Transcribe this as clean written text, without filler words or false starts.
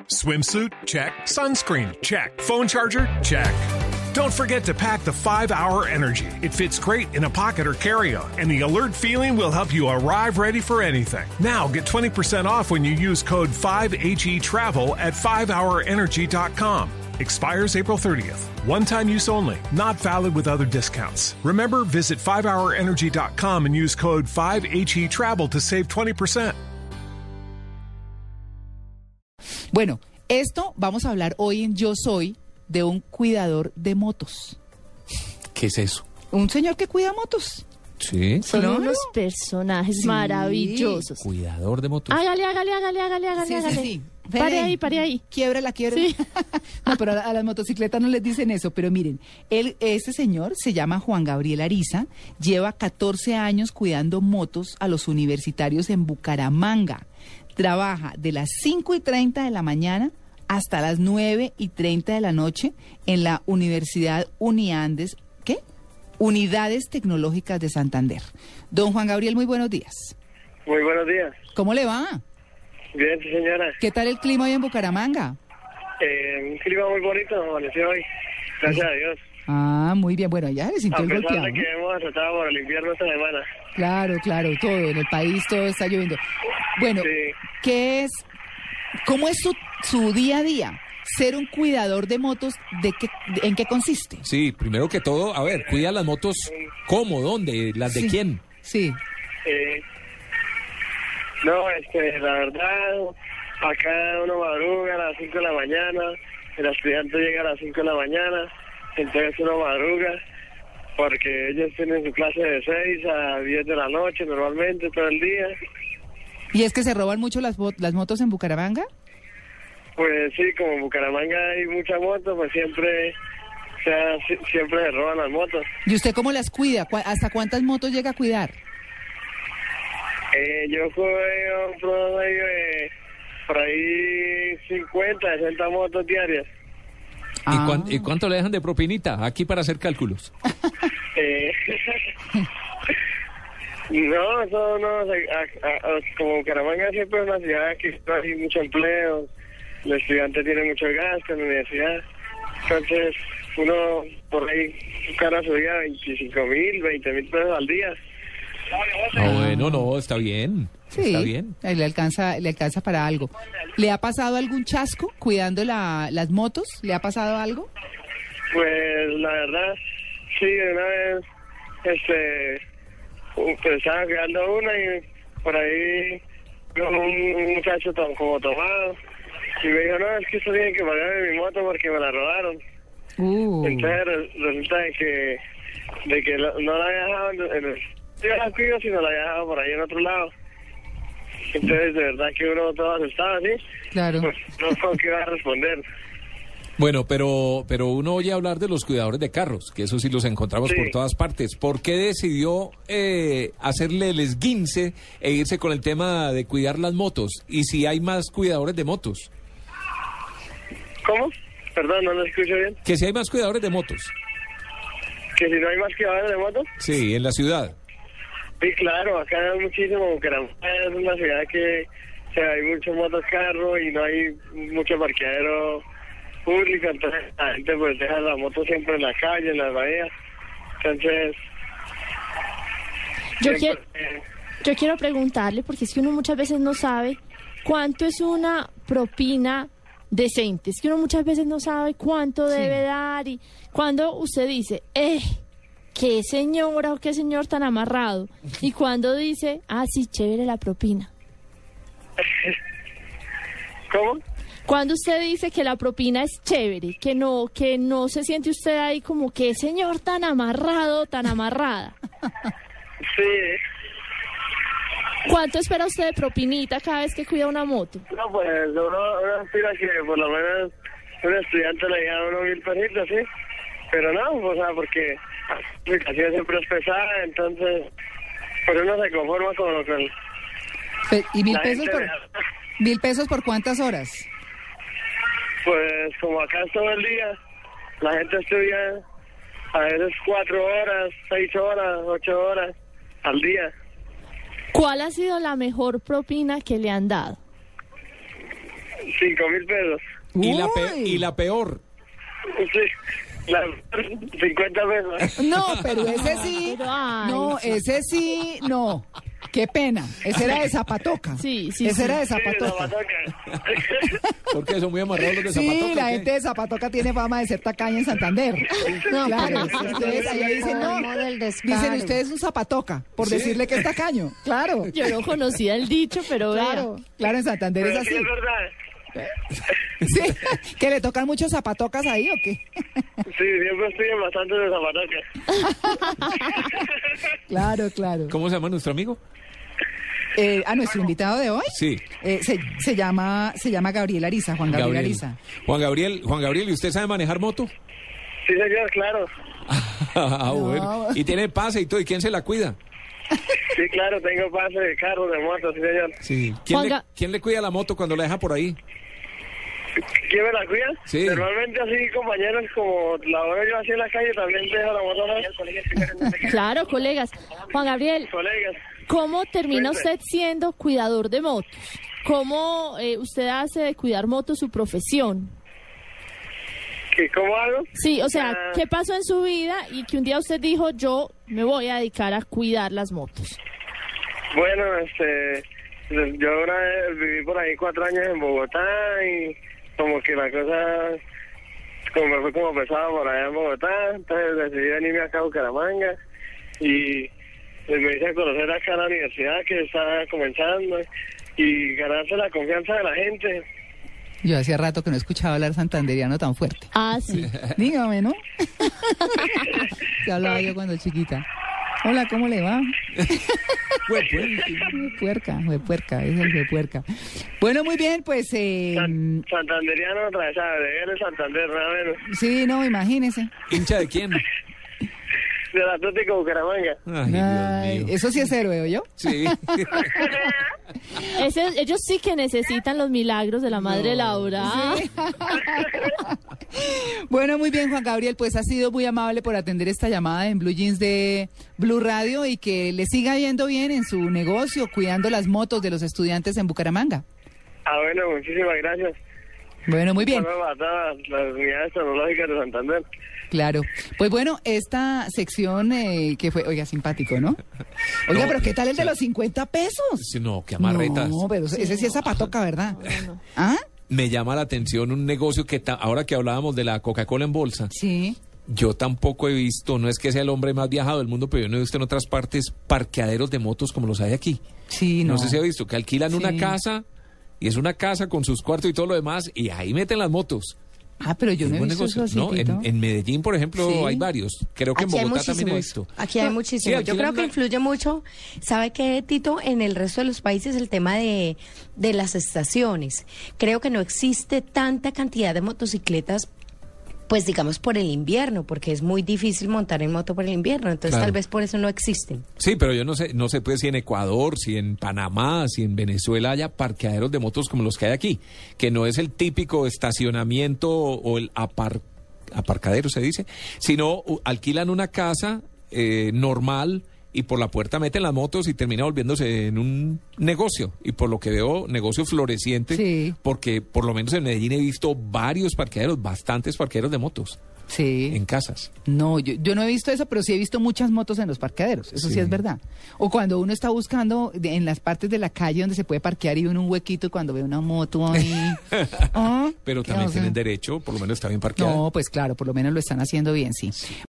Swimsuit? Check. Sunscreen? Check. Phone charger? Check. Don't forget to pack the 5-Hour Energy. It fits great in a pocket or carry-on, and the alert feeling will help you arrive ready for anything. Now get 20% off when you use code 5HETRAVEL at 5hourenergy.com. Expires April 30th. One-time use only. Not valid with other discounts. Remember, visit 5hourenergy.com and use code 5HETRAVEL to save 20%. Bueno, esto vamos a hablar hoy en Yo Soy de un cuidador de motos. ¿Qué es eso? Un señor que cuida motos. Sí. Son ¿Claro? unos personajes maravillosos. Cuidador de motos. Hágale. Sí. Pare ahí. Quiebra. Sí. No, pero a las motocicletas no les dicen eso. Pero miren, este señor se llama Juan Gabriel Ariza, lleva 14 años cuidando motos a los universitarios en Bucaramanga. Trabaja de las 5:30 de la mañana hasta las 9:30 de la noche en la Universidad Uniandes, Unidades Tecnológicas de Santander. Don Juan Gabriel, muy buenos días. Muy buenos días. ¿Cómo le va? Bien, sí, señora. ¿Qué tal el clima hoy en Bucaramanga? Un clima muy bonito, amaneció hoy. Gracias a Dios. Ah, muy bien. Bueno, ya le sintió A el pesar golpeado, de que ¿no? hemos azotado por el invierno esta semana. Claro, todo. En el país todo está lloviendo. Bueno, Sí. ¿Cómo es su día a día? Ser un cuidador de motos, ¿en qué consiste? Sí, primero que todo, a ver, cuida las motos, ¿cómo? ¿Dónde? ¿Las de Sí. quién? Sí. No, la verdad, acá uno madruga a las 5 de la mañana, el estudiante llega a las 5 de la mañana, entonces uno madruga, porque ellos tienen su clase de 6 a 10 de la noche normalmente, todo el día. ¿Y es que se roban mucho las motos en Bucaramanga? Pues sí, como en Bucaramanga hay mucha moto, pues siempre se roban las motos. ¿Y usted cómo las cuida? ¿Hasta cuántas motos llega a cuidar? Yo cuido un promedio de por ahí 50, 60 motos diarias. ¿Y cuánto le dejan de propinita? Aquí para hacer cálculos. No, eso no, como Bucaramanga siempre es una ciudad que hay mucho empleo, los estudiantes tienen mucho gasto en la universidad, entonces uno por ahí gana su día 25.000, 20.000 pesos al día. Bueno, no, está bien. Sí, Está bien. le alcanza para algo. ¿Le ha pasado algún chasco cuidando las motos? ¿Le ha pasado algo? Pues la verdad, sí, una vez, pues estaba cuidando una y por ahí un muchacho como tomado y me dijo, no, es que usted tiene que pagarme mi moto porque me la robaron. Entonces resulta de que no la había dejado yo la cuido, sino la había dejado por ahí en otro lado. Entonces de verdad que uno todo asustado, ¿sí? Claro. Pues no sé qué iba a responder. Bueno, pero uno oye hablar de los cuidadores de carros, que eso sí los encontramos por todas partes. ¿Por qué decidió hacerle el esguince e irse con el tema de cuidar las motos? Y si hay más cuidadores de motos. ¿Cómo? Perdón, no lo escucho bien. Que si hay más cuidadores de motos. ¿Que si no hay más cuidadores de motos? Sí, en la ciudad. Sí, claro, acá hay muchísimo. Bucaramanga es una ciudad que hay muchos motocarros y no hay mucho parqueadero público, entonces la gente pues deja la moto siempre en la calle, en las bahías. Entonces Yo quiero preguntarle, porque es que uno muchas veces no sabe cuánto es una propina decente. Es que uno muchas veces no sabe cuánto debe dar. Y cuando usted dice, qué señora o qué señor tan amarrado. Y cuando dice, sí, chévere la propina. ¿Cómo? Cuando usted dice que la propina es chévere, que no se siente usted ahí como que señor tan amarrado, tan amarrada. Sí. ¿Cuánto espera usted de propinita cada vez que cuida una moto? No, pues uno aspira que por lo menos un estudiante le diera unos 1.000 pesitos, ¿sí? Pero no, o sea, porque la aplicación siempre es pesada, entonces pues uno se conforma con lo que... ¿Y 1.000 pesos por cuántas horas? Pues como acá es todo el día, la gente estudia a veces 4 horas, 6 horas, 8 horas al día. ¿Cuál ha sido la mejor propina que le han dado? 5.000 pesos. Y la peor. Sí, 50 pesos. No, pero ese sí. Pero, ay, No, ese sí, no. Qué pena. Ese era de Zapatoca. Sí, sí, Ese sí. era de Sí, de Zapatoca. Zapatoca. Porque son muy amarrados los de Sí, Zapatoca. la ¿o qué? gente de Zapatoca tiene fama de ser tacaña en Santander. No, Claro, pero ustedes allá dicen, no, ¿cómo del descaro? dicen ustedes un Zapatoca, por decirle que es tacaño. Claro, Yo no conocía el dicho, pero claro, claro, en Santander es Pero sí así. es verdad. Sí, que le tocan muchos zapatocas ahí, ¿o qué? Sí, siempre estoy en bastante de Zapatoca. Claro, claro. ¿Cómo se llama nuestro amigo? A nuestro invitado de hoy Sí. se llama Gabriel Ariza, Juan Gabriel Ariza. Juan Gabriel, ¿y usted sabe manejar moto? Sí, señor, claro. Ah, bueno. Y tiene pase y todo, ¿y quién se la cuida? Sí, claro, tengo pase de carro, de moto, sí, señor. Sí. Juanga- ¿Quién le cuida la moto cuando la deja por ahí? ¿Quién me la cuida? Sí. Normalmente así, compañeros, como laboro yo así en la calle, también dejo la moto ¿no? claro, colegas. Juan Gabriel, Colegas. ¿cómo termina Cuente. usted siendo cuidador de motos? ¿Cómo usted hace de cuidar motos su profesión? ¿Cómo hago? Sí, o sea, Ah. ¿qué pasó en su vida y que un día usted dijo, yo me voy a dedicar a cuidar las motos? Bueno, yo una vez viví por ahí 4 años en Bogotá y como que la cosa como me fue como pesada por allá en Bogotá, entonces decidí venirme acá a Bucaramanga y me hice conocer acá en la universidad que estaba comenzando y ganarse la confianza de la gente. Yo hacía rato que no escuchaba hablar santanderiano tan fuerte. Ah, sí. Dígame, ¿no? Te hablaba yo cuando chiquita. Hola, ¿cómo le va? Puerca, es el de puerca. Bueno, muy bien, pues... Santanderiano atravesado, de él en Santander, nada menos. sí, no, imagínese. ¿Hincha de quién? Del Atlético Bucaramanga. Ay, Dios Ay, mío. eso sí es héroe, ¿o yo? Sí. Ellos sí que necesitan los milagros de la Madre Laura. Bueno, muy bien, Juan Gabriel, pues ha sido muy amable por atender esta llamada en Blue Jeans de Blue Radio y que le siga yendo bien en su negocio, cuidando las motos de los estudiantes en Bucaramanga. Ah, bueno, muchísimas gracias. Bueno, muy bien. Saludos a todas las unidades tecnológicas de Santander. Claro. Pues bueno, esta sección que fue, oiga, simpático, ¿no? Oiga, No, pero ¿qué tal el de los 50 pesos? Sí, no, qué amarretas. No, pero ese sí es zapatoca, ¿verdad? ¿Ah? Me llama la atención un negocio que ahora que hablábamos de la Coca-Cola en bolsa, Sí. yo tampoco he visto, no es que sea el hombre más viajado del mundo, pero yo no he visto en otras partes parqueaderos de motos como los hay aquí. Sí, No, no. sé si ha visto, que alquilan una Sí. casa y es una casa con sus cuartos y todo lo demás y ahí meten las motos. Ah, pero yo Es no he buen visto negocio, eso así, ¿no? Tito. En Medellín, por ejemplo, Sí. hay varios. Creo que en Aquí hay Bogotá también he muchísimos. visto. Aquí hay Sí, muchísimos. Yo alquilan creo que una- influye mucho, ¿sabe qué, Tito? En el resto de los países el tema de las estaciones. Creo que no existe tanta cantidad de motocicletas, pues digamos por el invierno, porque es muy difícil montar en moto por el invierno. Entonces Claro. tal vez por eso no existen. Sí, pero yo no sé pues si en Ecuador, si en Panamá, si en Venezuela haya parqueaderos de motos como los que hay aquí, que no es el típico estacionamiento o el aparcadero se dice, sino alquilan una casa normal y por la puerta meten las motos y termina volviéndose en un negocio. Y por lo que veo, negocio floreciente, Sí. porque por lo menos en Medellín he visto varios parqueaderos, bastantes parqueaderos de motos Sí. en casas. No, yo no he visto eso, pero sí he visto muchas motos en los parqueaderos. Eso sí, Sí. es verdad. O cuando uno está buscando en las partes de la calle donde se puede parquear y ve un huequito y cuando ve una moto ahí. Ah, Pero ¿qué también hace? tienen derecho, por lo menos está bien parqueado. No, pues claro, por lo menos lo están haciendo bien, sí.